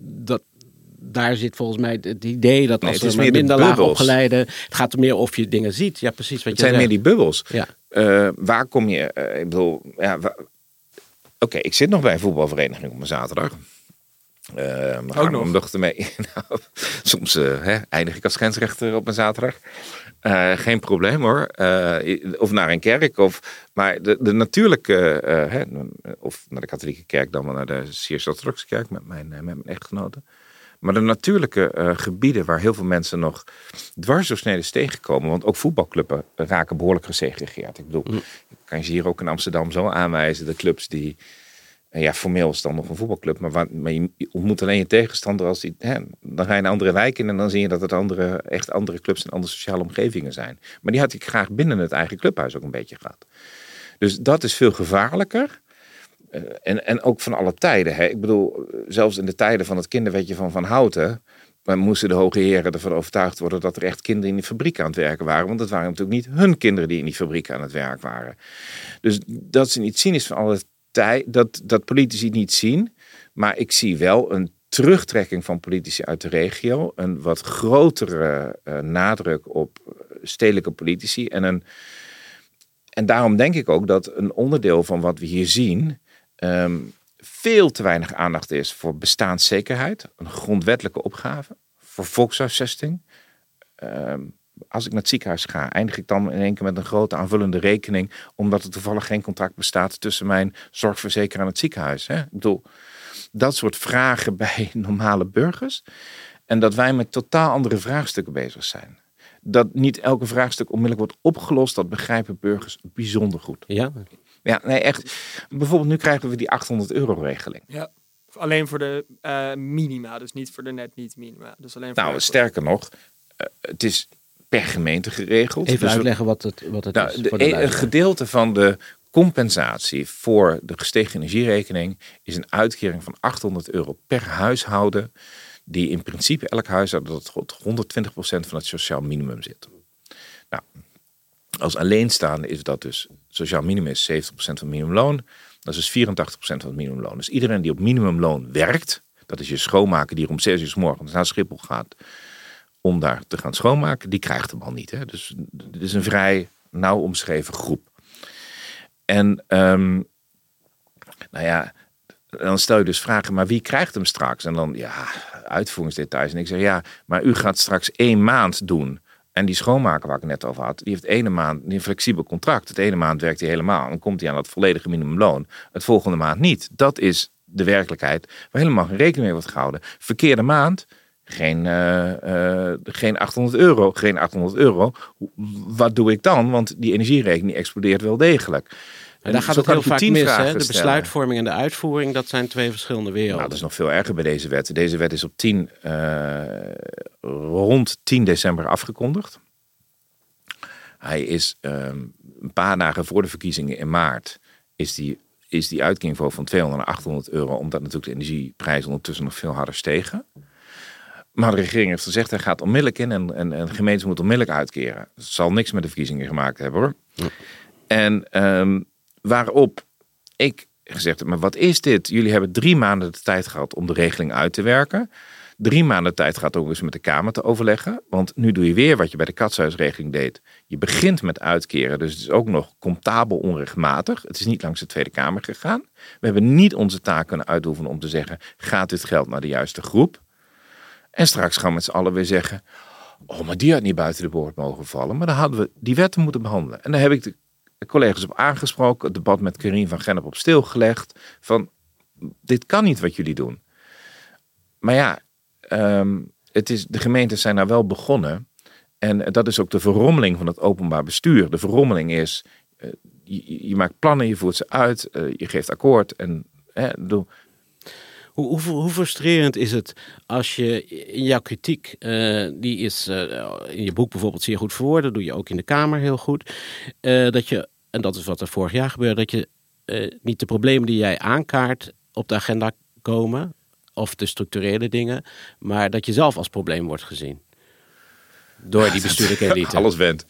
daar zit volgens mij het idee dat als er minder laag opgeleide, het gaat er meer of je dingen ziet. Ja, precies wat je zegt. Het zijn meer die bubbels. Ja. Waar kom je? Ik bedoel, Oké, ik zit nog bij een voetbalvereniging op een zaterdag. Ook nog? Dochter mee. Soms eindig ik als grensrechter op een zaterdag. Geen probleem hoor. Of naar een kerk. Maar de natuurlijke, of naar de katholieke kerk dan wel naar de Syrisch-orthodoxe kerk met mijn echtgenote. Maar de natuurlijke gebieden waar heel veel mensen nog dwarsdoorsneden is tegenkomen. Want ook voetbalclubben raken behoorlijk gesegregeerd. Ik bedoel, ik kan je hier ook in Amsterdam zo aanwijzen. De clubs die, formeel is dan nog een voetbalclub. Maar je ontmoet alleen je tegenstander als die. Dan ga je een andere wijk in en dan zie je dat het echt andere clubs en andere sociale omgevingen zijn. Maar die had ik graag binnen het eigen clubhuis ook een beetje gehad. Dus dat is veel gevaarlijker. En ook van alle tijden. Hè. Ik bedoel, zelfs in de tijden van het kinderwetje van Van Houten moesten de hoge heren ervan overtuigd worden dat er echt kinderen in die fabriek aan het werken waren. Want het waren natuurlijk niet hun kinderen die in die fabriek aan het werk waren. Dus dat is niet cynisch van alle tijd, dat politici niet zien. Maar ik zie wel een terugtrekking van politici uit de regio. Een wat grotere nadruk op stedelijke politici. En daarom denk ik ook dat een onderdeel van wat we hier zien veel te weinig aandacht is voor bestaanszekerheid, een grondwettelijke opgave, voor volkshuisvesting. Als ik naar het ziekenhuis ga, eindig ik dan in één keer met een grote aanvullende rekening, omdat er toevallig geen contract bestaat tussen mijn zorgverzekeraar en het ziekenhuis. Hè? Ik bedoel, dat soort vragen bij normale burgers. En dat wij met totaal andere vraagstukken bezig zijn. Dat niet elke vraagstuk onmiddellijk wordt opgelost, dat begrijpen burgers bijzonder goed. Ja. Ja, nee, echt. Bijvoorbeeld nu krijgen we die €800 regeling. Ja, alleen voor de minima, dus niet voor de net niet minima. Dus alleen voor sterker nog, het is per gemeente geregeld. Even uitleggen wat het is. Een gedeelte van de compensatie voor de gestegen energierekening is een uitkering van €800 per huishouden, die in principe elk huishouden tot 120% van het sociaal minimum zit. Nou, als alleenstaande is dat dus, sociaal minimum is 70% van het minimumloon. Dat is dus 84% van het minimumloon. Dus iedereen die op minimumloon werkt, dat is je schoonmaker die om 6 uur 's morgens naar Schiphol gaat om daar te gaan schoonmaken, die krijgt hem al niet. Hè? Dus het is een vrij nauw omschreven groep. En dan stel je dus vragen, maar wie krijgt hem straks? En dan, uitvoeringsdetails. En ik zeg, maar u gaat straks 1 maand doen. En die schoonmaker waar ik het net over had, die heeft ene maand een flexibel contract. Het ene maand werkt hij helemaal. Dan komt hij aan dat volledige minimumloon. Het volgende maand niet. Dat is de werkelijkheid waar helemaal geen rekening mee wordt gehouden. Verkeerde maand, geen €800. Geen €800. Wat doe ik dan? Want die energierekening explodeert wel degelijk. En daar gaat het heel vaak mis. Hè? De besluitvorming en de uitvoering, dat zijn 2 verschillende werelden. Nou, dat is nog veel erger bij deze wet. Deze wet is op rond 10 december afgekondigd. Hij is een paar dagen voor de verkiezingen in maart is die uitkering van 200 naar 800 euro, omdat natuurlijk de energieprijzen ondertussen nog veel harder stegen. Maar de regering heeft gezegd, hij gaat onmiddellijk in en de gemeentes moeten onmiddellijk uitkeren. Het zal niks met de verkiezingen gemaakt hebben, hoor. Ja. En waarop ik gezegd heb, maar wat is dit? Jullie hebben 3 maanden de tijd gehad om de regeling uit te werken. 3 maanden de tijd gehad om eens met de Kamer te overleggen. Want nu doe je weer wat je bij de katshuisregeling deed. Je begint met uitkeren, dus het is ook nog comptabel onrechtmatig. Het is niet langs de Tweede Kamer gegaan. We hebben niet onze taak kunnen uitoefenen om te zeggen, gaat dit geld naar de juiste groep? En straks gaan we met z'n allen weer zeggen, oh, maar die had niet buiten de boord mogen vallen. Maar dan hadden we die wetten moeten behandelen. En daar heb ik de collega's op aangesproken, het debat met Karien van Gennep op stilgelegd. Van, dit kan niet wat jullie doen. Maar ja, de gemeentes zijn nou wel begonnen. En dat is ook de verrommeling van het openbaar bestuur. De verrommeling is, je maakt plannen, je voert ze uit, je geeft akkoord. En Hoe frustrerend is het als je in jouw kritiek, die is in je boek bijvoorbeeld zeer goed verwoord, dat doe je ook in de Kamer heel goed, dat je, en dat is wat er vorig jaar gebeurde, dat je niet de problemen die jij aankaart op de agenda komen, of de structurele dingen, maar dat je zelf als probleem wordt gezien. Door die bestuurlijke elite. Alles went.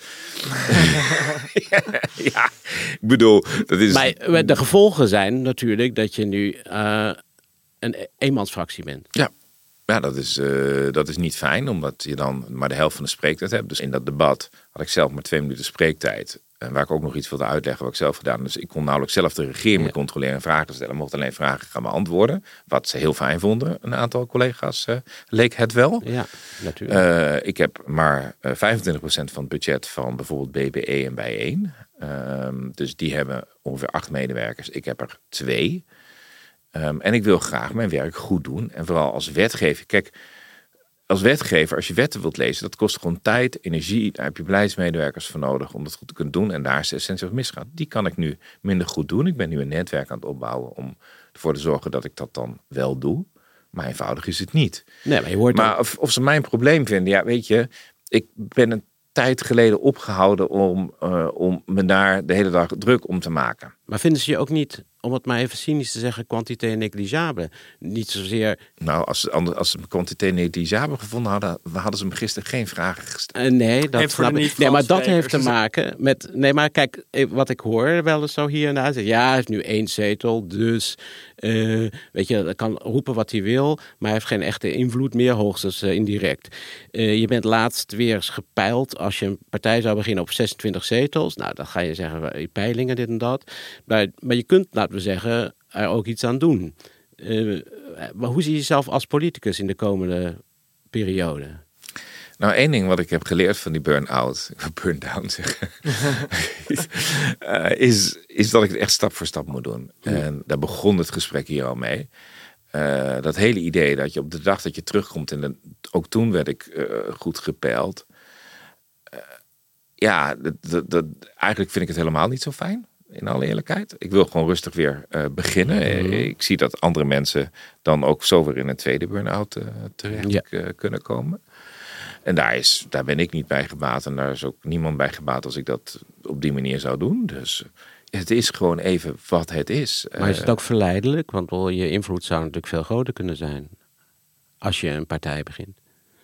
Ja, ik bedoel, dat is... Maar de gevolgen zijn natuurlijk dat je nu een eenmansfractie bent. Ja, dat is niet fijn, omdat je dan maar de helft van de spreektijd hebt. Dus in dat debat had ik zelf maar 2 minuten spreektijd. En waar ik ook nog iets wilde uitleggen wat ik zelf gedaan. Dus ik kon nauwelijks zelf de regering controleren en vragen stellen. Mocht alleen vragen gaan beantwoorden. Wat ze heel fijn vonden. Een aantal collega's leek het wel. Ja, natuurlijk. Ik heb maar 25% van het budget van bijvoorbeeld BBE en Bijeen. Dus die hebben ongeveer 8 medewerkers. Ik heb er 2. En ik wil graag mijn werk goed doen. En vooral als wetgever. Kijk, als wetgever, als je wetten wilt lezen, dat kost gewoon tijd, energie. Daar heb je beleidsmedewerkers voor nodig om dat goed te kunnen doen. En daar is de essentie wat misgaat. Die kan ik nu minder goed doen. Ik ben nu een netwerk aan het opbouwen om ervoor te zorgen dat ik dat dan wel doe. Maar eenvoudig is het niet. Nee, maar je hoort maar of ze mijn probleem vinden, ja, weet je, ik ben een tijd geleden opgehouden om me daar de hele dag druk om te maken. Maar vinden ze je ook niet, om het maar even cynisch te zeggen, quantité negligible? Niet zozeer... Nou, als ze me quantité negligible gevonden hadden ze me gisteren geen vragen gesteld. Nee, dat snap ik. Nee, maar dat heeft te maken met... Nee, maar kijk, wat ik hoor wel eens zo hier en daar. Ja, hij heeft nu 1 zetel, dus... weet je, hij kan roepen wat hij wil, maar hij heeft geen echte invloed meer, hoogstens indirect. Je bent laatst weer eens gepeild. Als je een partij zou beginnen op 26 zetels, nou, dan ga je zeggen, peilingen, dit en dat. Maar je kunt, laten we zeggen, er ook iets aan doen. Maar hoe zie je jezelf als politicus in de komende periode? Nou, 1 ding wat ik heb geleerd van die burn-out, ik wil burn-down zeggen, is dat ik het echt stap voor stap moet doen. En daar begon het gesprek hier al mee. Dat hele idee dat je op de dag dat je terugkomt, en ook toen werd ik goed gepeild. Eigenlijk vind ik het helemaal niet zo fijn. In alle eerlijkheid. Ik wil gewoon rustig weer beginnen. Ik zie dat andere mensen dan ook zo weer in een tweede burn-out terecht kunnen komen. En daar ben ik niet bij gebaat. En daar is ook niemand bij gebaat als ik dat op die manier zou doen. Dus het is gewoon even wat het is. Maar is het ook verleidelijk? Want je invloed zou natuurlijk veel groter kunnen zijn. Als je een partij begint.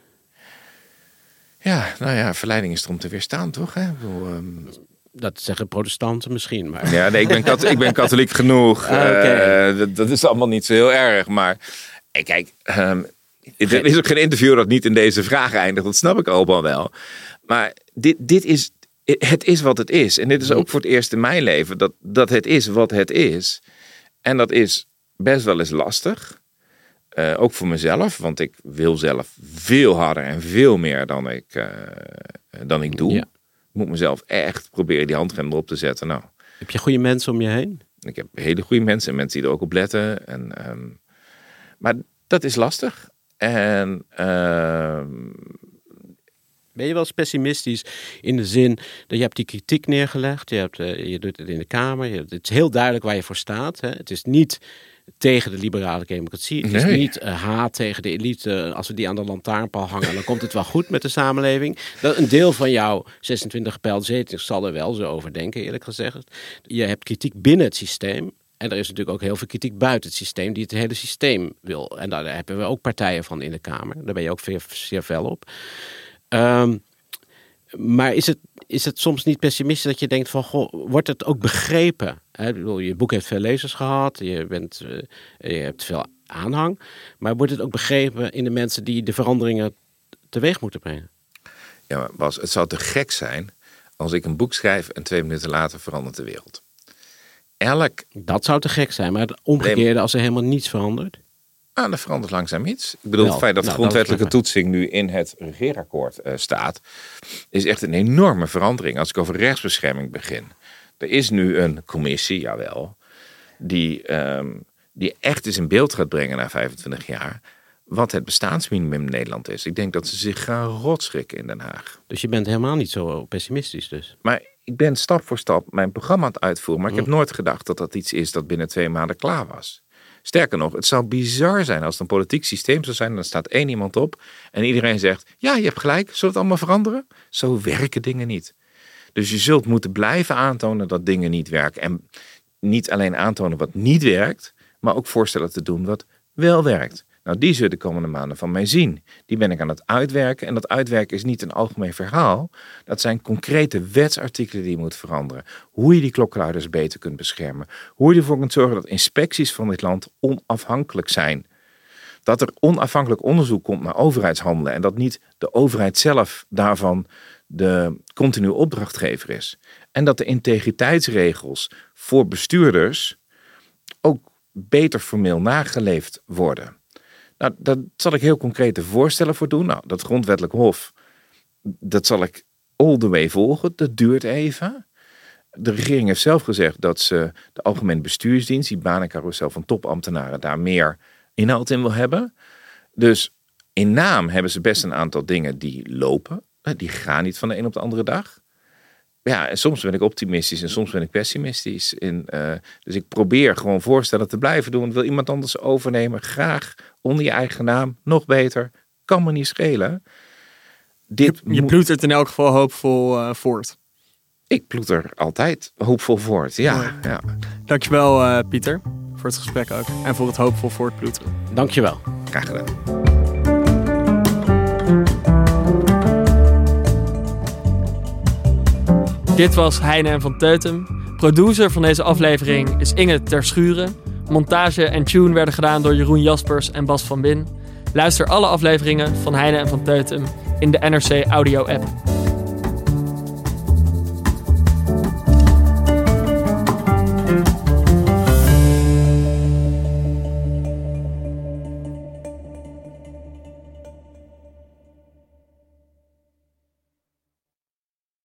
Ja, nou ja, verleiding is er om te weerstaan, toch? Hè? Dat zeggen protestanten misschien, maar... Ja, nee, ik ben katholiek genoeg. Dat is allemaal niet zo heel erg. Maar kijk, er is ook geen interview dat niet in deze vraag eindigt. Dat snap ik allemaal wel. Maar het is wat het is. En dit is ook voor het eerst in mijn leven dat het is wat het is. En dat is best wel eens lastig. Ook voor mezelf, want ik wil zelf veel harder en veel meer dan ik doe. Ja. Ik moet mezelf echt proberen die handrem erop te zetten. Nou, heb je goede mensen om je heen? Ik heb hele goede mensen en mensen die er ook op letten. Maar dat is lastig. En Ben je wel eens pessimistisch in de zin dat je hebt die kritiek neergelegd, je doet het in de Kamer, het is heel duidelijk waar je voor staat. Hè? Het is niet tegen de liberale democratie, het is niet haat tegen de elite. Als we die aan de lantaarnpaal hangen, dan komt het wel goed met de samenleving. Dat een deel van jouw 26 gepelde zetels zal er wel zo over denken, eerlijk gezegd. Je hebt kritiek binnen het systeem. En er is natuurlijk ook heel veel kritiek buiten het systeem die het hele systeem wil. En daar hebben we ook partijen van in de Kamer. Daar ben je ook zeer fel op. Maar is het soms niet pessimistisch dat je denkt van, goh, wordt het ook begrepen? Ik bedoel, je boek heeft veel lezers gehad, je hebt veel aanhang. Maar wordt het ook begrepen in de mensen die de veranderingen teweeg moeten brengen? Ja, maar Bas, het zou te gek zijn als ik een boek schrijf en 2 minuten later verandert de wereld. Dat zou te gek zijn, maar het omgekeerde als er helemaal niets verandert? Er verandert langzaam iets. Ik bedoel, het feit dat de grondwettelijke toetsing nu in het regeerakkoord staat, is echt een enorme verandering. Als ik over rechtsbescherming begin. Er is nu een commissie, jawel, die echt eens in beeld gaat brengen na 25 jaar wat het bestaansminimum in Nederland is. Ik denk dat ze zich gaan rotschrikken in Den Haag. Dus je bent helemaal niet zo pessimistisch dus? Maar ik ben stap voor stap mijn programma aan het uitvoeren. Maar ik heb nooit gedacht dat dat iets is dat binnen 2 maanden klaar was. Sterker nog, het zou bizar zijn als het een politiek systeem zou zijn. En dan staat 1 iemand op en iedereen zegt, ja, je hebt gelijk, zullen we het allemaal veranderen? Zo werken dingen niet. Dus je zult moeten blijven aantonen dat dingen niet werken. En niet alleen aantonen wat niet werkt, maar ook voorstellen te doen wat wel werkt. Nou, die zullen de komende maanden van mij zien. Die ben ik aan het uitwerken. En dat uitwerken is niet een algemeen verhaal. Dat zijn concrete wetsartikelen die je moet veranderen. Hoe je die klokkenluiders beter kunt beschermen. Hoe je ervoor kunt zorgen dat inspecties van dit land onafhankelijk zijn. Dat er onafhankelijk onderzoek komt naar overheidshandelen. En dat niet de overheid zelf daarvan de continue opdrachtgever is. En dat de integriteitsregels voor bestuurders ook beter formeel nageleefd worden. Nou, daar zal ik heel concrete voorstellen voor doen. Nou, dat grondwettelijk hof, dat zal ik all the way volgen. Dat duurt even. De regering heeft zelf gezegd dat ze de algemene bestuursdienst, die banencarousel van topambtenaren, daar meer inhoud in wil hebben. Dus in naam hebben ze best een aantal dingen die lopen. Die gaan niet van de een op de andere dag. Ja, en soms ben ik optimistisch en soms ben ik pessimistisch. Dus ik probeer gewoon voorstellen te blijven doen. Wil iemand anders overnemen? Graag onder je eigen naam. Nog beter. Kan me niet schelen. Je ploetert in elk geval hoopvol voort. Ik ploeter altijd hoopvol voort. Ja. Dankjewel Pieter voor het gesprek ook. En voor het hoopvol voortploeteren. Dankjewel. Graag gedaan. Dit was Heine en van Teutem. Producer van deze aflevering is Inge Terschuren. Montage en tune werden gedaan door Jeroen Jaspers en Bas van Bin. Luister alle afleveringen van Heine en van Teutem in de NRC Audio app.